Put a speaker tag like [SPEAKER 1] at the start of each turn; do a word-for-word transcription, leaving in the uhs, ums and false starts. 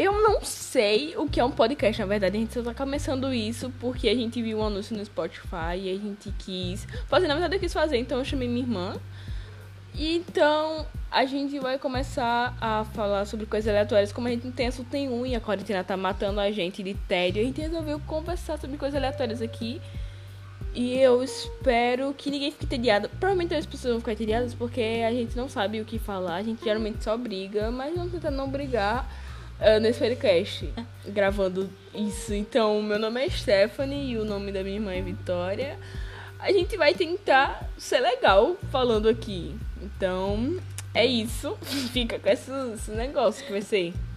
[SPEAKER 1] Eu não sei o que é um podcast, na verdade. A gente só tá começando isso porque a gente viu um anúncio no Spotify e a gente quis fazer. Na verdade, eu quis fazer, então eu chamei minha irmã. E então, a gente vai começar a falar sobre coisas aleatórias. Como a gente não tem assunto nenhum e a quarentena tá matando a gente de tédio, a gente resolveu conversar sobre coisas aleatórias aqui. E eu espero que ninguém fique entediado. Provavelmente as pessoas vão ficar entediadas porque a gente não sabe o que falar. A gente geralmente só briga, mas vamos tentar não brigar uh, nesse podcast, gravando isso. Então, meu nome é Stephanie e o nome da minha irmã é Vitória. A gente vai tentar ser legal falando aqui. Então, é isso. Fica com esse, esse negócio que vai ser.